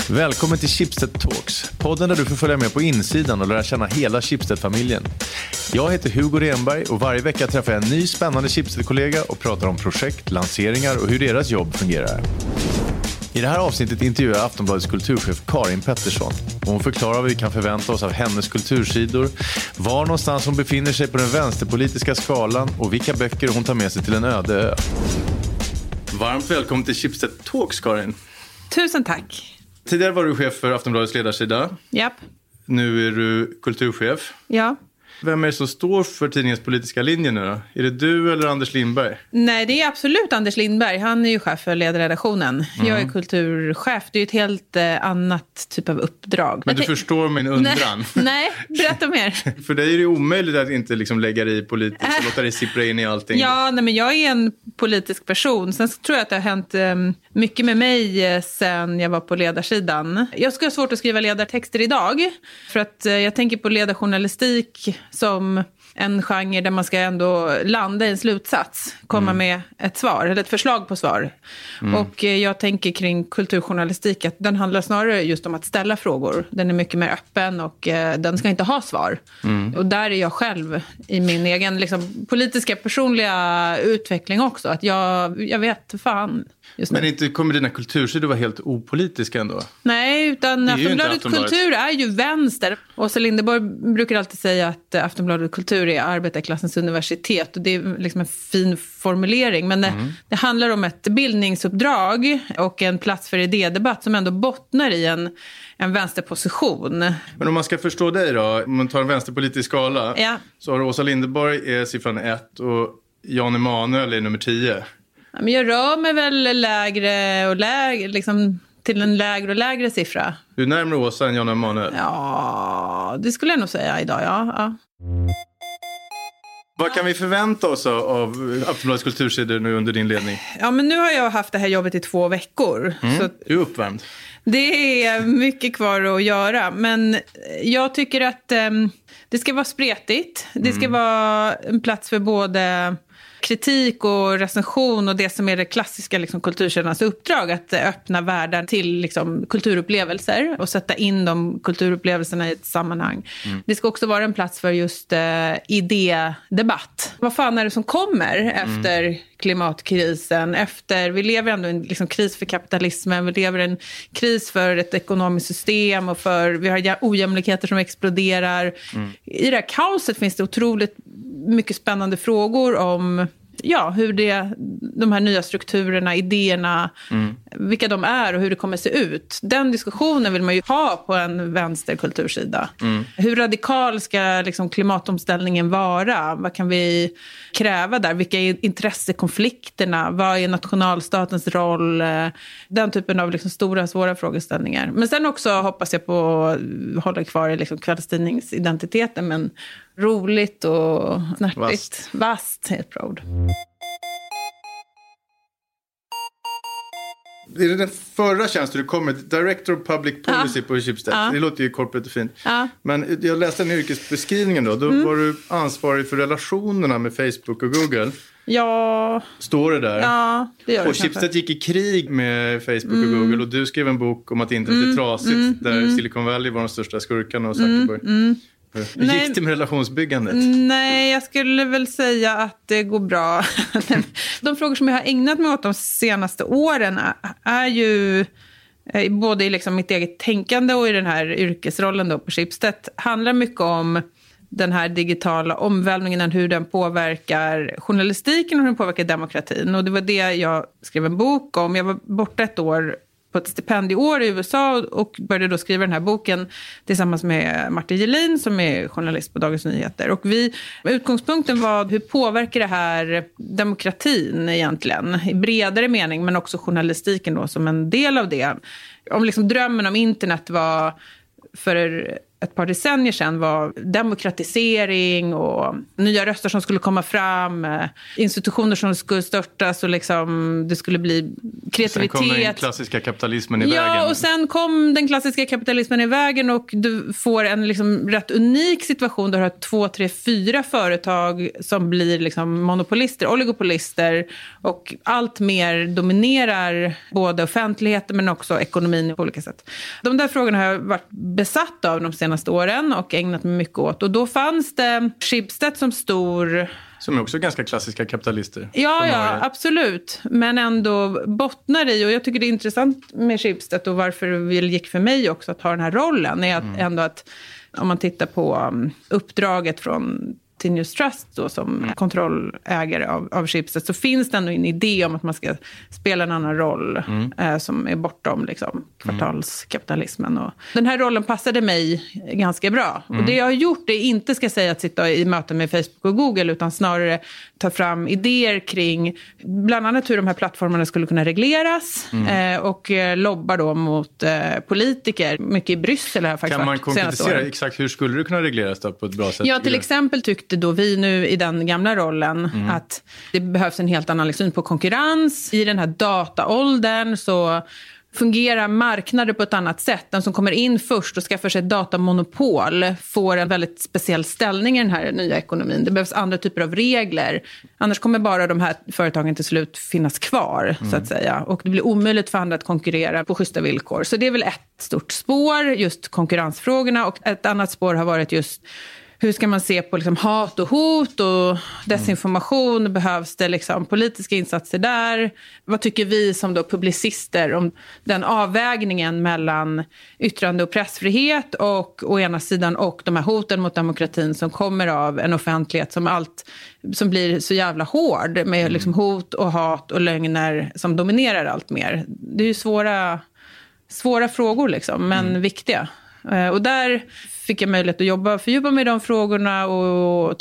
Välkommen till Schibsted Talks, podden där du får följa med på insidan och lära känna hela Schibsted-familjen. Jag heter Hugo Renberg och varje vecka träffar jag en ny spännande Schibsted-kollega och pratar om projekt, lanseringar och hur deras jobb fungerar. I det här avsnittet intervjuar jag Aftonbladets kulturchef Karin Pettersson. Hon förklarar vad vi kan förvänta oss av hennes kultursidor, var någonstans hon befinner sig på den vänsterpolitiska skalan och vilka böcker hon tar med sig till en öde ö. Varmt välkommen till Schibsted Talks, Karin. Tusen tack. Tidigare var du chef för Aftonbladets ledarsida. Japp. Nu är du kulturchef. Ja. Vem är det som står för tidningens politiska linje nu då? Är det du eller Anders Lindberg? Nej, det är absolut Anders Lindberg. Han är ju chef för ledarredaktionen. Jag är kulturchef. Det är ju ett helt annat typ av uppdrag. Men du förstår min undran. Nej, berätta mer. För dig är det omöjligt att inte liksom lägga dig i politiskt och låta dig sippra in i allting. Ja, nej, men jag är en politisk person. Sen tror jag att det har hänt mycket med mig sen jag var på ledarsidan. Jag skulle ha svårt att skriva ledartexter idag. För att jag tänker på ledarjournalistik som en genre där man ska ändå landa i en slutsats. Komma med ett svar, eller ett förslag på svar. Och jag tänker kring kulturjournalistik att den handlar snarare just om att ställa frågor. Den är mycket mer öppen och den ska inte ha svar. Och där är jag själv i min egen liksom, politiska, personliga utveckling också. Att jag vet fan just nu. Men inte kommer dina kultursidor vara helt opolitiska ändå? Nej, utan Aftonbladet Kultur är ju vänster. Åsa Linderborg brukar alltid säga att Aftonbladet Kultur är arbetarklassens universitet. Och det är liksom en fin formulering. Men det handlar om ett bildningsuppdrag och en plats för idédebatt som ändå bottnar i en vänsterposition. Men om man ska förstå dig då, om man tar en vänsterpolitisk skala, så har Åsa Linderborg är siffran 1 och Jan Emanuel är nummer 10. Ja, men jag rör mig väl lägre och lägre, liksom till en lägre och lägre siffra. Du är närmare Åsa än Jan Emanuel? Ja, det skulle jag nog säga idag, ja. Vad kan vi förvänta oss av Aftonbladets kultursidor nu under din ledning? Ja, men nu har jag haft det här jobbet i 2 veckor. Så du är uppvärmd. Det är mycket kvar att göra. Men jag tycker att det ska vara spretigt. Det ska vara en plats för både kritik och recension och det som är det klassiska liksom, kulturkännarnas uppdrag, att öppna världen till liksom, kulturupplevelser och sätta in de kulturupplevelserna i ett sammanhang. Det ska också vara en plats för just idédebatt. Vad fan är det som kommer efter klimatkrisen? Vi lever ändå i en liksom, kris för kapitalismen, vi lever i en kris för ett ekonomiskt system och vi har ojämlikheter som exploderar. I det här kaoset finns det otroligt mycket spännande frågor om hur de här nya strukturerna, idéerna, vilka de är och hur det kommer se ut. Den diskussionen vill man ju ha på en vänsterkultursida. Hur radikal ska liksom, klimatomställningen vara? Vad kan vi kräva där? Vilka är intressekonflikterna? Vad är nationalstatens roll? Den typen av liksom, stora, svåra frågeställningar. Men sen också hoppas jag på att hålla kvar i liksom, kvällstidningsidentiteten, men roligt och snärtigt. Vast är ett ord. Det är den förra tjänsten du kommer, Director of Public Policy på Schibsted. Det låter ju corporate och fint. Men jag läste den yrkesbeskrivningen då var du ansvarig för relationerna med Facebook och Google. Ja. Står det där? Ja, det gör det. Och Schibsted gick i krig med Facebook och Google och du skrev en bok om att internet är trasigt där Silicon Valley var de största skurkarna och Zuckerberg. Hur gick det med relationsbyggandet? Nej, jag skulle väl säga att det går bra. De frågor som jag har ägnat mig åt de senaste åren är ju både i liksom mitt eget tänkande och i den här yrkesrollen då på Schibsted handlar mycket om den här digitala omvälvningen, hur den påverkar journalistiken och hur den påverkar demokratin. Och det var det jag skrev en bok om. Jag var borta ett år på ett stipendieår i USA och började då skriva den här boken tillsammans med Martin Gelin som är journalist på Dagens Nyheter. Och utgångspunkten var hur påverkar det här demokratin egentligen i bredare mening, men också journalistiken då som en del av det. Om liksom drömmen om internet var för ett par decennier sedan var demokratisering och nya röster som skulle komma fram, institutioner som skulle störtas och liksom det skulle bli kreativitet. Sen kom den klassiska kapitalismen i vägen. Ja, och sen kom den klassiska kapitalismen i vägen och du får en liksom rätt unik situation där du har 2, 3, 4 företag som blir liksom monopolister, oligopolister och allt mer dominerar både offentligheten men också ekonomin på olika sätt. De där frågorna har jag varit besatt av de senaste åren och ägnat mig mycket åt. Och då fanns det Schibsted som stor... Som är också ganska klassiska kapitalister. Ja, absolut. Men ändå bottnar i, och jag tycker det är intressant med Schibsted och varför det gick för mig också att ha den här rollen, är att ändå att om man tittar på uppdraget från Tinius Trust då, som kontrollägare av Schibsted, så finns det ändå en idé om att man ska spela en annan roll som är bortom liksom, kvartalskapitalismen. Och den här rollen passade mig ganska bra. Och det jag har gjort är inte, ska säga, att sitta i möten med Facebook och Google, utan snarare ta fram idéer kring bland annat hur de här plattformarna skulle kunna regleras och lobba då mot politiker. Mycket i Bryssel har faktiskt. Kan man konkretisera exakt hur skulle det kunna regleras då på ett bra sätt? Ja, till exempel tyckte då vi nu i den gamla rollen att det behövs en helt annan syn på konkurrens. I den här dataåldern så fungerar marknader på ett annat sätt. Den som kommer in först och skaffar sig ett datamonopol får en väldigt speciell ställning i den här nya ekonomin. Det behövs andra typer av regler. Annars kommer bara de här företagen till slut finnas kvar, så att säga. Och det blir omöjligt för andra att konkurrera på schyssta villkor. Så det är väl ett stort spår, just konkurrensfrågorna. Och ett annat spår har varit just hur ska man se på liksom hat och hot och desinformation? Behövs det liksom politiska insatser där? Vad tycker vi som då publicister om den avvägningen mellan yttrande- och pressfrihet och å ena sidan och de här hoten mot demokratin som kommer av en offentlighet som blir så jävla hård med liksom hot och hat och lögner som dominerar allt mer. Det är ju svåra frågor liksom, men viktiga. Och där fick jag möjlighet att fördjupa mig i de frågorna och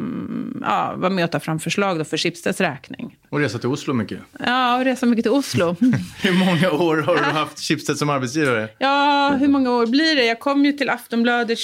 vara med och ta fram förslag då för Schibsteds räkning. Och resa till Oslo mycket? Ja, och resa mycket till Oslo. Hur många år har du haft Schibsted som arbetsgivare? Ja, hur många år blir det? Jag kom ju till Aftonbladet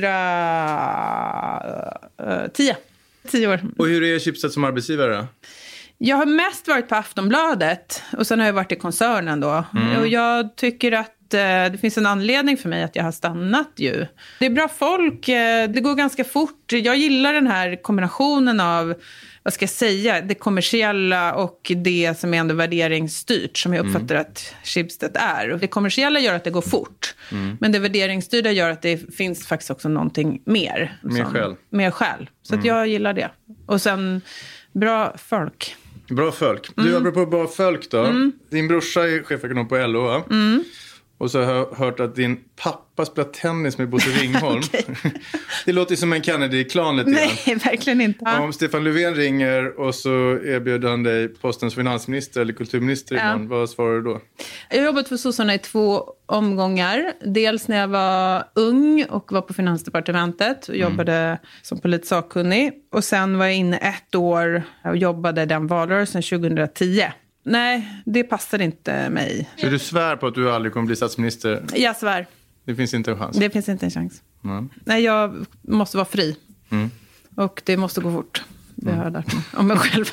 2010. 10 år. Och hur är Schibsted som arbetsgivare då? Jag har mest varit på Aftonbladet och sen har jag varit i koncernen då. Och jag tycker att det finns en anledning för mig att jag har stannat ju. Det är bra folk, det går ganska fort. Jag gillar den här kombinationen av, vad ska jag säga, det kommersiella och det som är ändå värderingsstyrt, som jag uppfattar att Schibsted är. Det kommersiella gör att det går fort, men det värderingsstyrda gör att det finns faktiskt också någonting mer. Mer själ. Så att jag gillar det. Och sen bra folk. Bra folk. Du, apropå bra folk då. Din brorsa är chefekonom på LO, va? Och så har jag hört att din pappa spelar tennis med Bosse Ringholm. Okay. Det låter som en Kennedy-klan lite grann. Nej, verkligen inte. Om Stefan Löfven ringer och så erbjuder han dig postens finansminister eller kulturminister imorgon, vad svarar du då? Jag har jobbat för sossarna i 2 omgångar. Dels när jag var ung och var på Finansdepartementet och jobbade som politsakkunnig. Och sen var jag inne 1 år och jobbade den valrörelsen 2010. Nej, det passade inte mig. Så du svär på att du aldrig kommer bli statsminister? Jag svär. Det finns inte en chans? Det finns inte en chans. Nej, jag måste vara fri. Och det måste gå fort. Det har jag lärt mig om mig själv.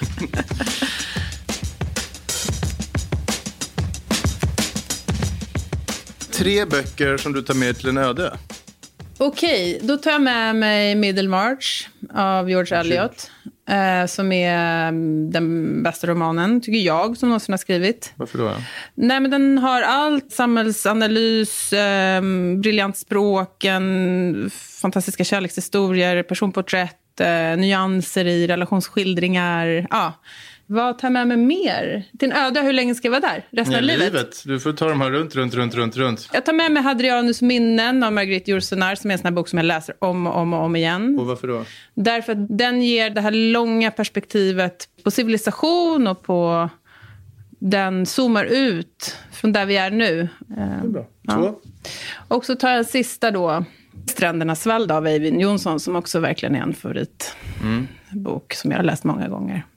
3 böcker som du tar med till en öde. Okej, då tar jag med mig Middlemarch av George Eliot. Som är den bästa romanen, tycker jag, som någonsin har skrivit. Varför då? Nej, men den har allt. Samhällsanalys, briljant språk, fantastiska kärlekshistorier, personporträtt, nyanser i relationsskildringar. Ja. Vad tar med mig mer? Till en öde, hur länge ska jag vara där? Resten av livet? Du får ta de här runt. Jag tar med mig Hadrianus minnen av Marguerite Yourcenar, som är en sån här bok som jag läser om och om igen. Och varför då? Därför att den ger det här långa perspektivet på civilisation och på... Den zoomar ut från där vi är nu. Det är bra. 2. Och så tar jag en sista då. Strändernas vald av Eyvind Johnson, som också verkligen är en favoritbok som jag har läst många gånger.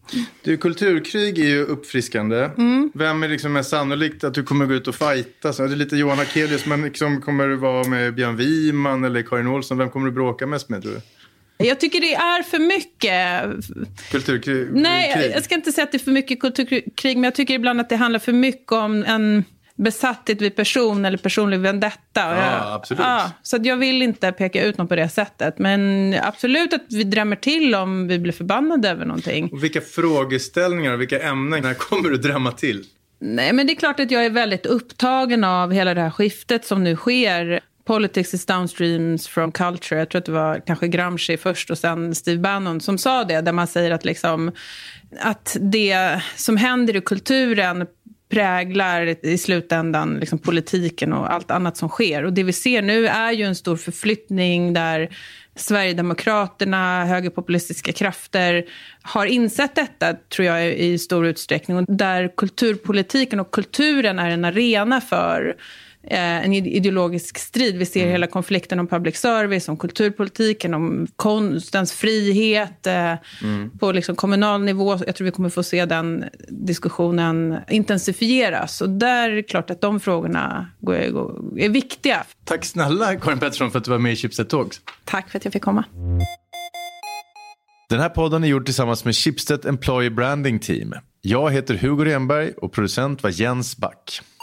Du, kulturkrig är ju uppfriskande. Vem är liksom mest sannolikt att du kommer gå ut och fighta? Så är det lite Johan Akelius, men liksom, kommer du vara med Björn Wiman eller Karin Olsson? Vem kommer du bråka mest med, tror du? Jag tycker det är för mycket kulturkrig. Nej, jag ska inte säga att det är för mycket kulturkrig, men jag tycker ibland att det handlar för mycket om en besatthet vid person eller personlig vendetta. Ja, absolut. Ja, så att jag vill inte peka ut någon på det sättet. Men absolut att vi drämmer till om vi blir förbannade över någonting. Och vilka frågeställningar och vilka ämnen kommer du drämma till? Nej, men det är klart att jag är väldigt upptagen av hela det här skiftet som nu sker. Politics is downstreams from culture. Jag tror att det var kanske Gramsci först och sen Steve Bannon som sa det. Där man säger att, liksom, att det som händer i kulturen präglar i slutändan liksom politiken och allt annat som sker. Och det vi ser nu är ju en stor förflyttning där Sverigedemokraterna, högerpopulistiska krafter har insett detta, tror jag, i stor utsträckning. Och där kulturpolitiken och kulturen är en arena för en ideologisk strid. Vi ser hela konflikten om public service, om kulturpolitiken, om konstens frihet på liksom kommunal nivå. Jag tror vi kommer få se den diskussionen intensifieras. Och där är det klart att de frågorna är viktiga. Tack snälla Karin Pettersson för att du var med i Schibsted Talks. Tack för att jag fick komma. Den här podden är gjord tillsammans med Schibsted Employee Branding Team. Jag heter Hugo Renberg och producent var Jens Back.